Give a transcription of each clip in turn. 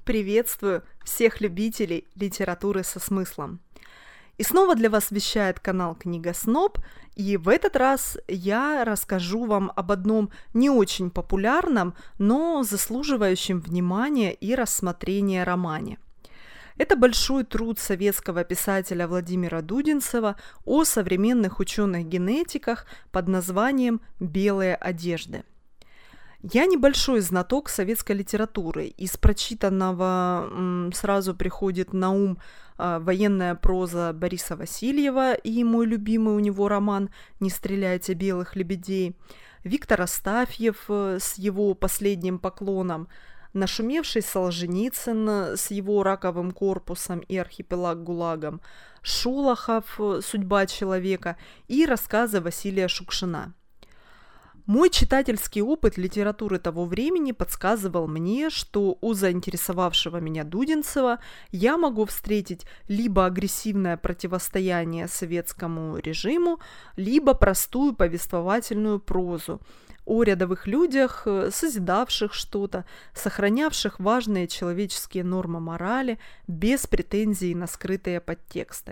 Приветствую всех любителей литературы со смыслом. И снова для вас вещает канал Книга Сноб, и в этот раз я расскажу вам об одном не очень популярном, но заслуживающем внимания и рассмотрения романе. Это большой труд советского писателя Владимира Дудинцева о современных ученых-генетиках под названием «Белые одежды». Я небольшой знаток советской литературы. Из прочитанного сразу приходит на ум военная проза Бориса Васильева и мой любимый у него роман «Не стреляйте, белых лебедей», Виктор Астафьев с его «Последним поклоном», нашумевший Солженицын с его «Раковым корпусом» и «Архипелаг ГУЛАГом», Шолохов «Судьба человека» и рассказы Василия Шукшина. Мой читательский опыт литературы того времени подсказывал мне, что у заинтересовавшего меня Дудинцева я могу встретить либо агрессивное противостояние советскому режиму, либо простую повествовательную прозу о рядовых людях, созидавших что-то, сохранявших важные человеческие нормы морали без претензий на скрытые подтексты.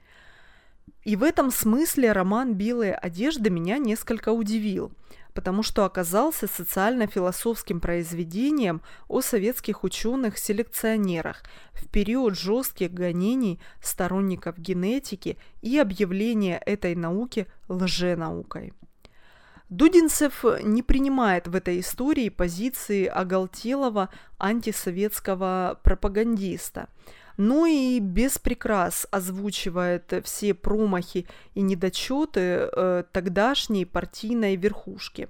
И в этом смысле роман «Белые одежды» меня несколько удивил, потому что оказался социально-философским произведением о советских ученых-селекционерах в период жестких гонений сторонников генетики и объявления этой науки лженаукой. Дудинцев не принимает в этой истории позиции оголтелого антисоветского пропагандиста, но и без прикрас озвучивает все промахи и недочеты тогдашней партийной верхушки.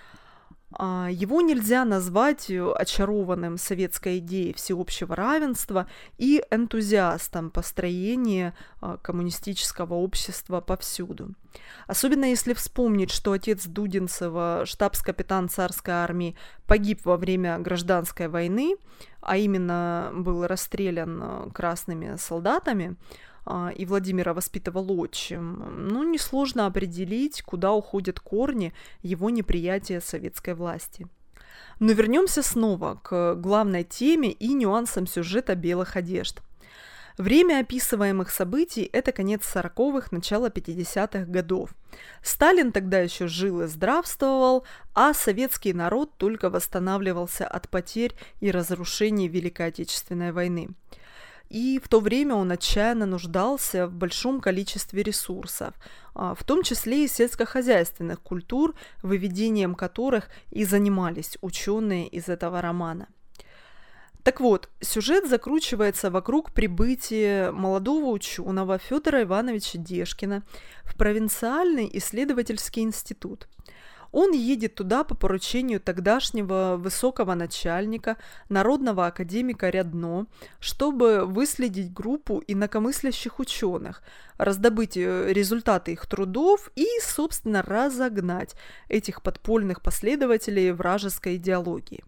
Его нельзя назвать очарованным советской идеей всеобщего равенства и энтузиастом построения коммунистического общества повсюду. Особенно если вспомнить, что отец Дудинцева, штабс-капитан царской армии, погиб во время гражданской войны, а именно был расстрелян красными солдатами, и Владимира воспитывал отчим, несложно определить, куда уходят корни его неприятия советской власти. Но вернемся снова к главной теме и нюансам сюжета «Белых одежд». Время описываемых событий – это конец 40-х, начало 50-х годов. Сталин тогда еще жил и здравствовал, а советский народ только восстанавливался от потерь и разрушений Великой Отечественной войны. И в то время он отчаянно нуждался в большом количестве ресурсов, в том числе и сельскохозяйственных культур, выведением которых и занимались ученые из этого романа. Так вот, сюжет закручивается вокруг прибытия молодого ученого Федора Ивановича Дешкина в провинциальный исследовательский институт. Он едет туда по поручению тогдашнего высокого начальника, народного академика Рядно, чтобы выследить группу инакомыслящих ученых, раздобыть результаты их трудов и, собственно, разогнать этих подпольных последователей вражеской идеологии.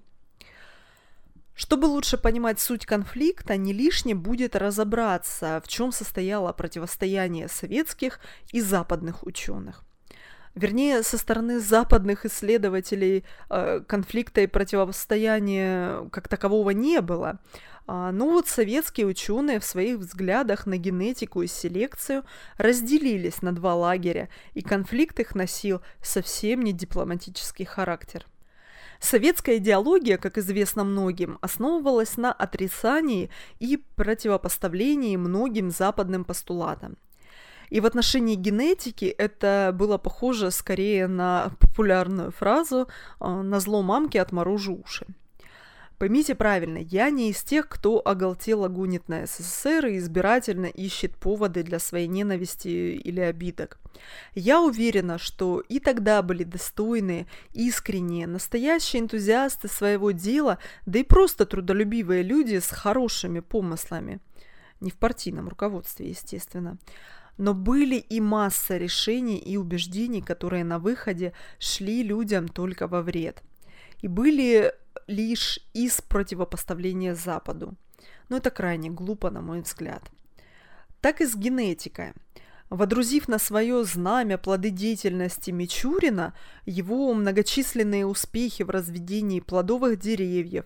Чтобы лучше понимать суть конфликта, не лишне будет разобраться, в чем состояло противостояние советских и западных ученых. Вернее, со стороны западных исследователей конфликта и противостояния как такового не было. Но советские ученые в своих взглядах на генетику и селекцию разделились на два лагеря, и конфликт их носил совсем не дипломатический характер. Советская идеология, как известно многим, основывалась на отрицании и противопоставлении многим западным постулатам. И в отношении генетики это было похоже скорее на популярную фразу «назло мамке отморожу уши». Поймите правильно, я не из тех, кто оголтело гонит на СССР и избирательно ищет поводы для своей ненависти или обидок. Я уверена, что и тогда были достойные, искренние, настоящие энтузиасты своего дела, да и просто трудолюбивые люди с хорошими помыслами. Не в партийном руководстве, естественно. Но были и масса решений и убеждений, которые на выходе шли людям только во вред. И были лишь из противопоставления Западу. Но это крайне глупо, на мой взгляд. Так и с генетикой. Водрузив на свое знамя плоды деятельности Мичурина, его многочисленные успехи в разведении плодовых деревьев,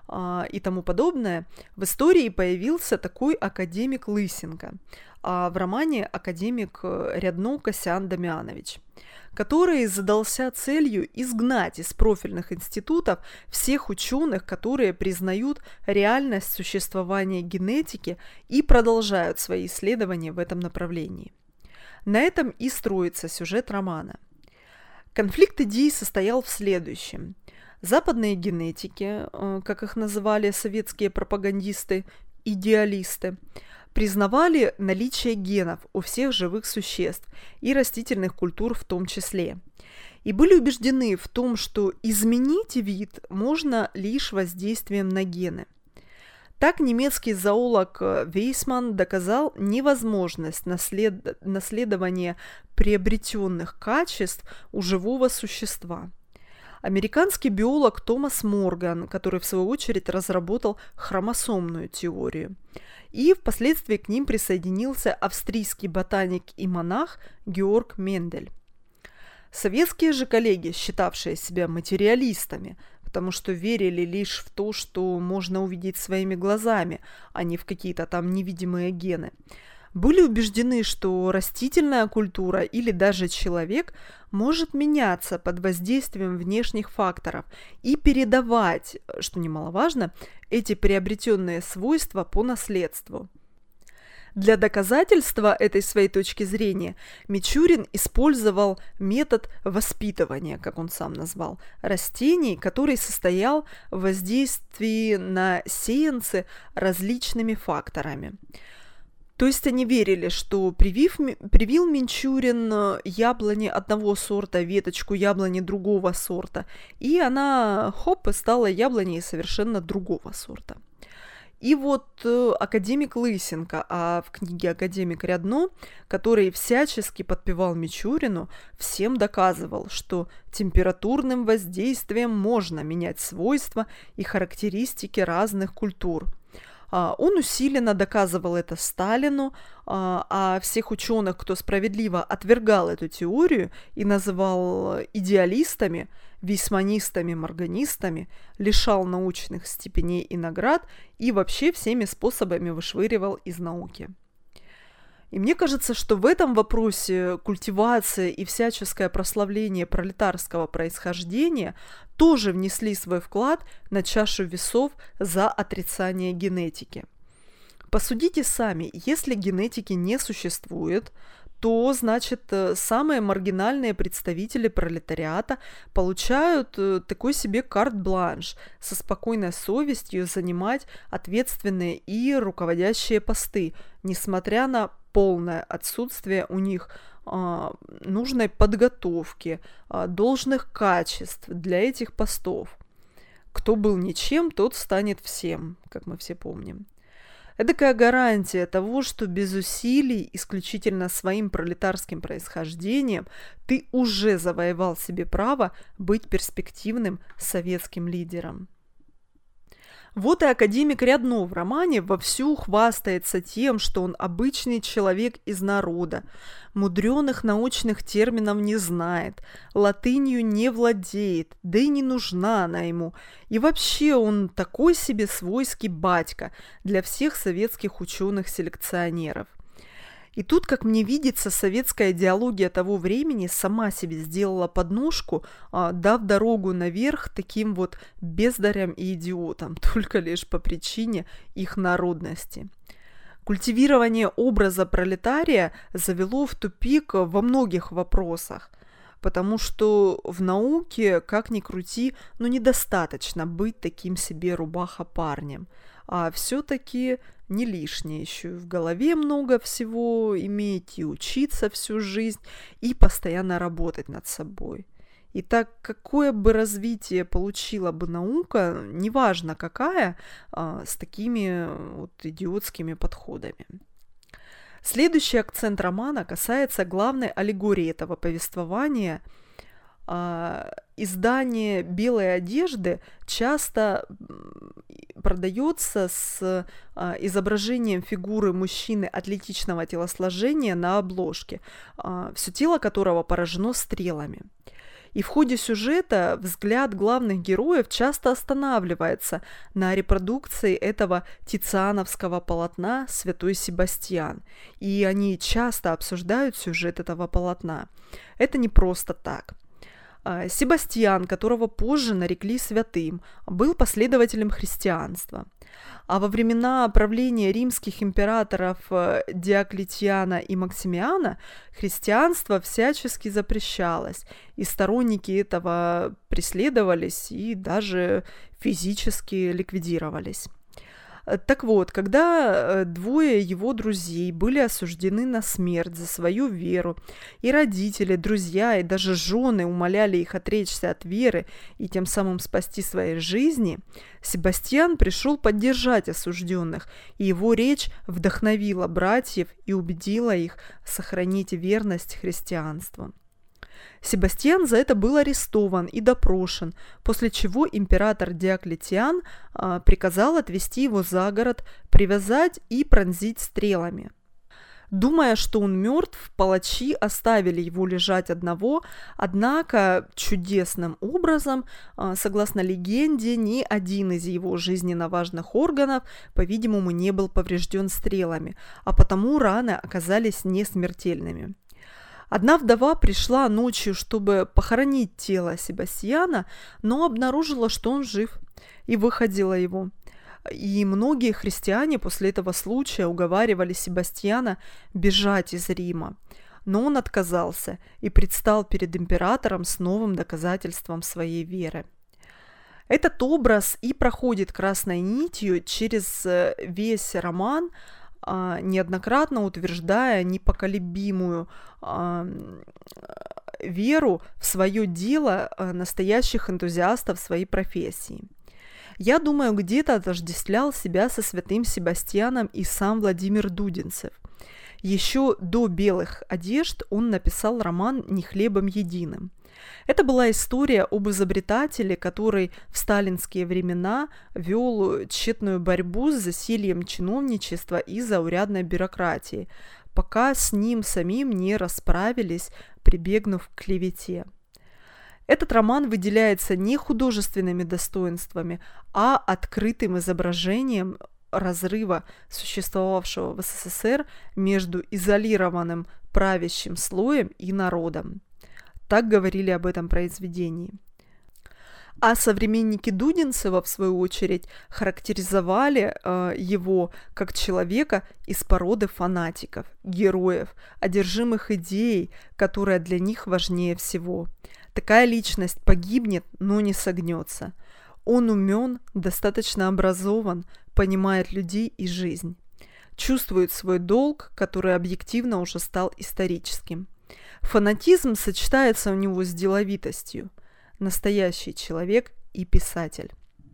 и тому подобное, в истории появился такой академик Лысенко, а в романе академик Рядно Касьян Дамьянович, который задался целью изгнать из профильных институтов всех ученых, которые признают реальность существования генетики и продолжают свои исследования в этом направлении. На этом и строится сюжет романа. Конфликт идей состоял в следующем. Западные генетики, как их называли советские пропагандисты, идеалисты, признавали наличие генов у всех живых существ и растительных культур в том числе. И были убеждены в том, что изменить вид можно лишь воздействием на гены. Так немецкий зоолог Вейсман доказал невозможность наследования приобретенных качеств у живого существа. Американский биолог Томас Морган, который в свою очередь разработал хромосомную теорию. И впоследствии к ним присоединился австрийский ботаник и монах Георг Мендель. Советские же коллеги, считавшие себя материалистами, потому что верили лишь в то, что можно увидеть своими глазами, а не в какие-то там невидимые гены, были убеждены, что растительная культура или даже человек может меняться под воздействием внешних факторов и передавать, что немаловажно, эти приобретенные свойства по наследству. Для доказательства этой своей точки зрения Мичурин использовал метод воспитывания, как он сам назвал, растений, который состоял в воздействии на сеянцы различными факторами. То есть они верили, что привил Мичурин яблони одного сорта, веточку яблони другого сорта, и она, хоп, стала яблоней совершенно другого сорта. И вот академик Лысенко, а в книге академик Рядно, который всячески подпевал Мичурину, всем доказывал, что температурным воздействием можно менять свойства и характеристики разных культур. Он усиленно доказывал это Сталину, а всех ученых, кто справедливо отвергал эту теорию и называл идеалистами, вейсманистами, морганистами, лишал научных степеней и наград и вообще всеми способами вышвыривал из науки. И мне кажется, что в этом вопросе культивация и всяческое прославление пролетарского происхождения тоже внесли свой вклад на чашу весов за отрицание генетики. Посудите сами, если генетики не существует, то, значит, самые маргинальные представители пролетариата получают такой себе карт-бланш со спокойной совестью занимать ответственные и руководящие посты, несмотря на полное отсутствие у них нужной подготовки, должных качеств для этих постов. Кто был ничем, тот станет всем, как мы все помним. Эдакая гарантия того, что без усилий, исключительно своим пролетарским происхождением, ты уже завоевал себе право быть перспективным советским лидером. Вот и академик Рядно в романе вовсю хвастается тем, что он обычный человек из народа, мудреных научных терминов не знает, латынью не владеет, да и не нужна она ему. И вообще он такой себе свойский батька для всех советских ученых-селекционеров. И тут, как мне видится, советская идеология того времени сама себе сделала подножку, дав дорогу наверх таким вот бездарям и идиотам, только лишь по причине их народности. Культивирование образа пролетария завело в тупик во многих вопросах, потому что в науке, как ни крути, недостаточно быть таким себе рубаха-парнем, а все-таки не лишнее еще и в голове много всего иметь, и учиться всю жизнь, и постоянно работать над собой. Итак, какое бы развитие получила бы наука, неважно какая, с такими вот идиотскими подходами. Следующий акцент романа касается главной аллегории этого повествования. Издание белой одежды часто продается с изображением фигуры мужчины атлетичного телосложения на обложке, все тело которого поражено стрелами. И в ходе сюжета взгляд главных героев часто останавливается на репродукции этого тициановского полотна «Святой Себастьян». И они часто обсуждают сюжет этого полотна. Это не просто так. Себастьян, которого позже нарекли святым, был последователем христианства. А во времена правления римских императоров Диоклетиана и Максимиана христианство всячески запрещалось, и сторонники этого преследовались и даже физически ликвидировались. Так вот, когда двое его друзей были осуждены на смерть за свою веру, и родители, друзья и даже жены умоляли их отречься от веры и тем самым спасти свои жизни, Себастьян пришел поддержать осужденных, и его речь вдохновила братьев и убедила их сохранить верность христианству. Себастьян за это был арестован и допрошен, после чего император Диоклетиан приказал отвезти его за город, привязать и пронзить стрелами. Думая, что он мертв, палачи оставили его лежать одного, однако чудесным образом, согласно легенде, ни один из его жизненно важных органов, по-видимому, не был поврежден стрелами, а потому раны оказались несмертельными. Одна вдова пришла ночью, чтобы похоронить тело Себастьяна, но обнаружила, что он жив, и выходила его. И многие христиане после этого случая уговаривали Себастьяна бежать из Рима. Но он отказался и предстал перед императором с новым доказательством своей веры. Этот образ и проходит красной нитью через весь роман, неоднократно утверждая непоколебимую веру в свое дело настоящих энтузиастов своей профессии. Я думаю, где-то отождествлял себя со святым Себастьяном и сам Владимир Дудинцев. Еще до «Белых одежд» он написал роман «Не хлебом единым». Это была история об изобретателе, который в сталинские времена вел тщетную борьбу с засильем чиновничества и заурядной бюрократии, пока с ним самим не расправились, прибегнув к клевете. Этот роман выделяется не художественными достоинствами, а открытым изображением разрыва, существовавшего в СССР между изолированным правящим слоем и народом. Так говорили об этом произведении. А современники Дудинцева, в свою очередь, характеризовали его как человека из породы фанатиков, героев, одержимых идеей, которая для них важнее всего. Такая личность погибнет, но не согнется. Он умен, достаточно образован, понимает людей и жизнь. Чувствует свой долг, который объективно уже стал историческим. Фанатизм сочетается у него с деловитостью. Настоящий человек и писатель.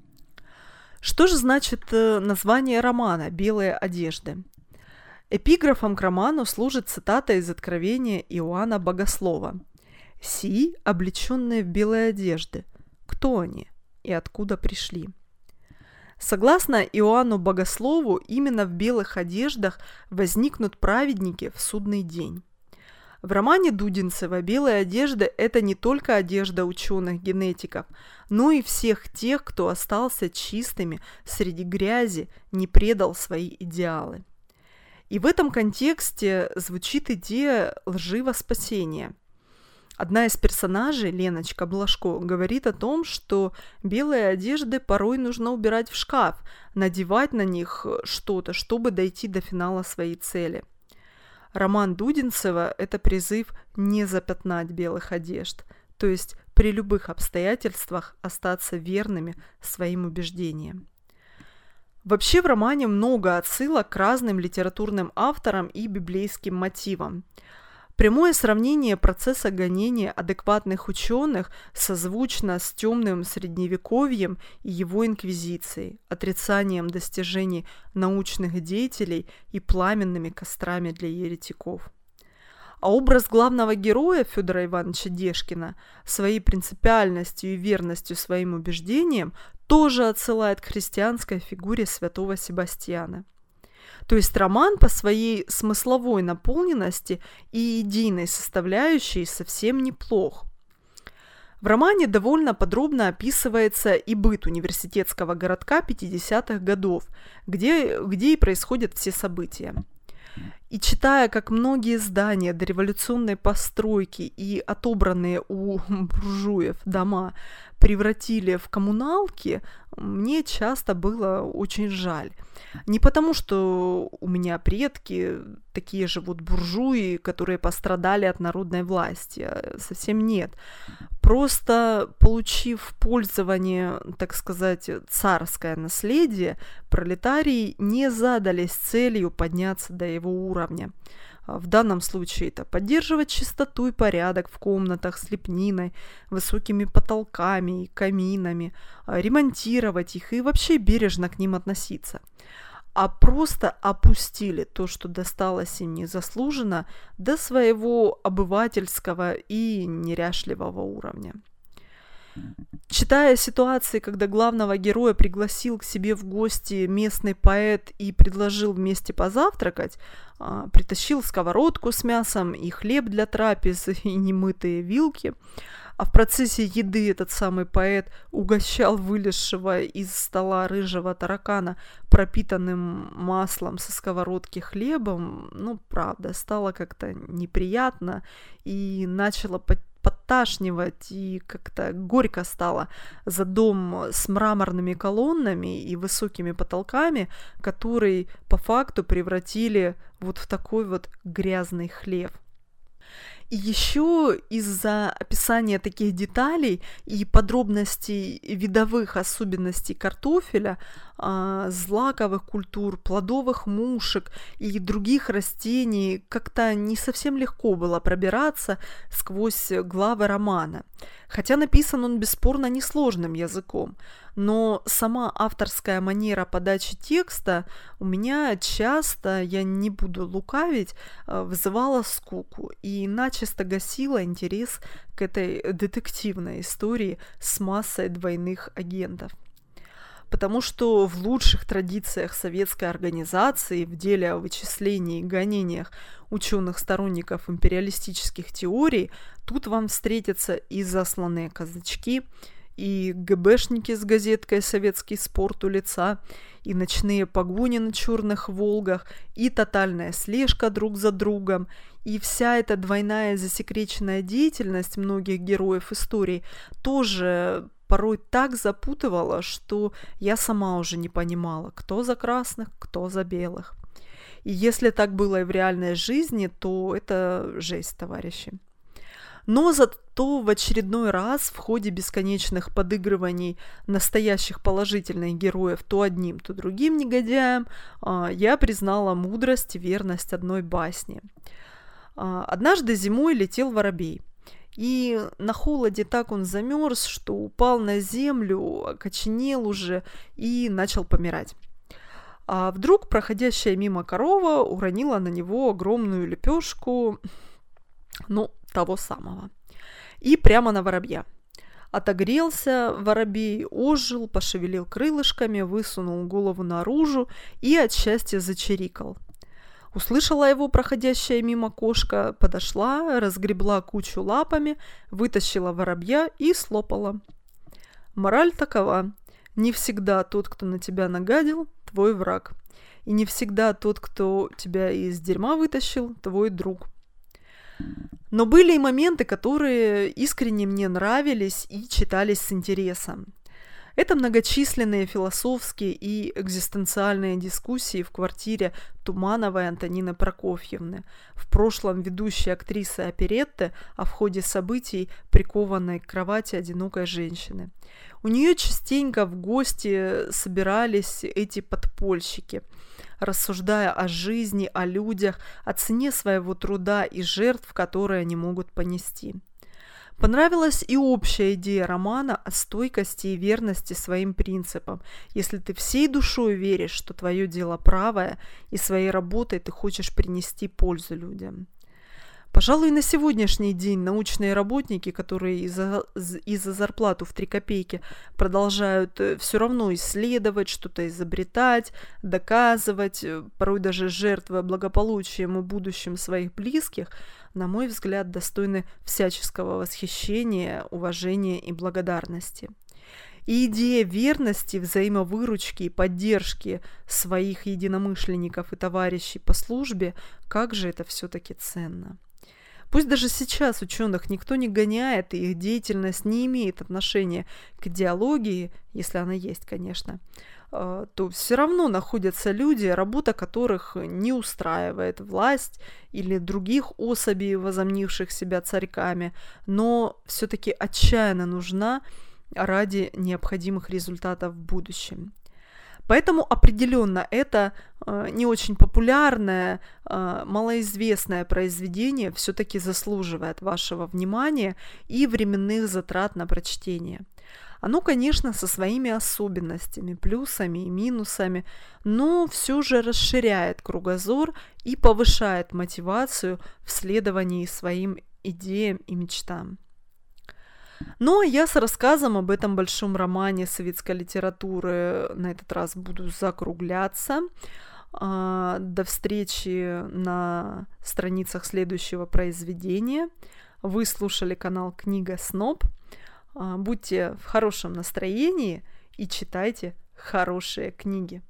Что же значит название романа «Белые одежды»? Эпиграфом к роману служит цитата из Откровения Иоанна Богослова. «Сии, облеченные в белые одежды, кто они и откуда пришли?» Согласно Иоанну Богослову, именно в белых одеждах возникнут праведники в судный день. В романе Дудинцева белые одежды – это не только одежда ученых-генетиков, но и всех тех, кто остался чистыми среди грязи, не предал свои идеалы. И в этом контексте звучит идея лживого спасения. Одна из персонажей, Леночка Блажко, говорит о том, что белые одежды порой нужно убирать в шкаф, надевать на них что-то, чтобы дойти до финала своей цели. Роман Дудинцева – это призыв не запятнать белых одежд, то есть при любых обстоятельствах остаться верными своим убеждениям. Вообще в романе много отсылок к разным литературным авторам и библейским мотивам. Прямое сравнение процесса гонения адекватных ученых созвучно с темным средневековьем и его инквизицией, отрицанием достижений научных деятелей и пламенными кострами для еретиков. А образ главного героя Федора Ивановича Дешкина своей принципиальностью и верностью своим убеждениям тоже отсылает к христианской фигуре святого Себастьяна. То есть роман по своей смысловой наполненности и идейной составляющей совсем неплох. В романе довольно подробно описывается и быт университетского городка 50-х годов, где и происходят все события. И читая, как многие здания дореволюционной постройки и отобранные у буржуев дома превратили в коммуналки, мне часто было очень жаль. Не потому, что у меня предки такие же вот буржуи, которые пострадали от народной власти, совсем нет. Просто получив в пользование, так сказать, царское наследие, пролетарии не задались целью подняться до его уровня. В данном случае это поддерживать чистоту и порядок в комнатах с лепниной, высокими потолками и каминами, ремонтировать их и вообще бережно к ним относиться. А просто опустили то, что досталось им незаслуженно, до своего обывательского и неряшливого уровня. Читая ситуации, когда главного героя пригласил к себе в гости местный поэт и предложил вместе позавтракать, притащил сковородку с мясом и хлеб для трапезы и немытые вилки, а в процессе еды этот самый поэт угощал вылезшего из стола рыжего таракана пропитанным маслом со сковородки хлебом, правда, стало как-то неприятно и начало подташнивать, и как-то горько стало за дом с мраморными колоннами и высокими потолками, который по факту превратили вот в такой вот грязный хлев. И еще из-за описания таких деталей и подробностей видовых особенностей картофеля, злаковых культур, плодовых мушек и других растений как-то не совсем легко было пробираться сквозь главы романа. Хотя написан он бесспорно несложным языком, но сама авторская манера подачи текста у меня часто, я не буду лукавить, вызывала скуку и начисто гасила интерес к этой детективной истории с массой двойных агентов. Потому что в лучших традициях советской организации в деле о вычислении и гонениях ученых-сторонников империалистических теорий тут вам встретятся и засланные казачки, и ГБшники с газеткой «Советский спорт» у лица, и ночные погони на черных «Волгах», и тотальная слежка друг за другом, и вся эта двойная засекреченная деятельность многих героев истории тоже порой так запутывала, что я сама уже не понимала, кто за красных, кто за белых. И если так было и в реальной жизни, то это жесть, товарищи. Но зато в очередной раз в ходе бесконечных подыгрываний настоящих положительных героев то одним, то другим негодяям я признала мудрость и верность одной басни. Однажды зимой летел воробей. И на холоде так он замерз, что упал на землю, окоченел уже и начал помирать. А вдруг проходящая мимо корова уронила на него огромную лепешку, того самого, и прямо на воробья. Отогрелся воробей, ожил, пошевелил крылышками, высунул голову наружу и от счастья зачирикал. Услышала его проходящая мимо кошка, подошла, разгребла кучу лапами, вытащила воробья и слопала. Мораль такова: не всегда тот, кто на тебя нагадил, твой враг. И не всегда тот, кто тебя из дерьма вытащил, твой друг. Но были и моменты, которые искренне мне нравились и читались с интересом. Это многочисленные философские и экзистенциальные дискуссии в квартире Тумановой Антонины Прокофьевны, в прошлом ведущей актрисы оперетты, а в ходе событий прикованной к кровати одинокой женщины. У нее частенько в гости собирались эти подпольщики, рассуждая о жизни, о людях, о цене своего труда и жертв, которые они могут понести. Понравилась и общая идея романа о стойкости и верности своим принципам, если ты всей душой веришь, что твое дело правое, и своей работой ты хочешь принести пользу людям. Пожалуй, на сегодняшний день научные работники, которые из-за зарплату в 3 копейки продолжают все равно исследовать, что-то изобретать, доказывать, порой даже жертвуя благополучием и будущим своих близких, на мой взгляд, достойны всяческого восхищения, уважения и благодарности. И идея верности, взаимовыручки и поддержки своих единомышленников и товарищей по службе, как же это все-таки ценно. Пусть даже сейчас ученых никто не гоняет, и их деятельность не имеет отношения к идеологии, если она есть, конечно, то все равно находятся люди, работа которых не устраивает власть или других особей, возомнивших себя царьками, но все-таки отчаянно нужна ради необходимых результатов в будущем. Поэтому определенно это не очень популярное, малоизвестное произведение все-таки заслуживает вашего внимания и временных затрат на прочтение. Оно, конечно, со своими особенностями, плюсами и минусами, но все же расширяет кругозор и повышает мотивацию в следовании своим идеям и мечтам. Ну, а я с рассказом об этом большом романе советской литературы на этот раз буду закругляться. До встречи на страницах следующего произведения. Вы слушали канал Книга Сноб. Будьте в хорошем настроении и читайте хорошие книги.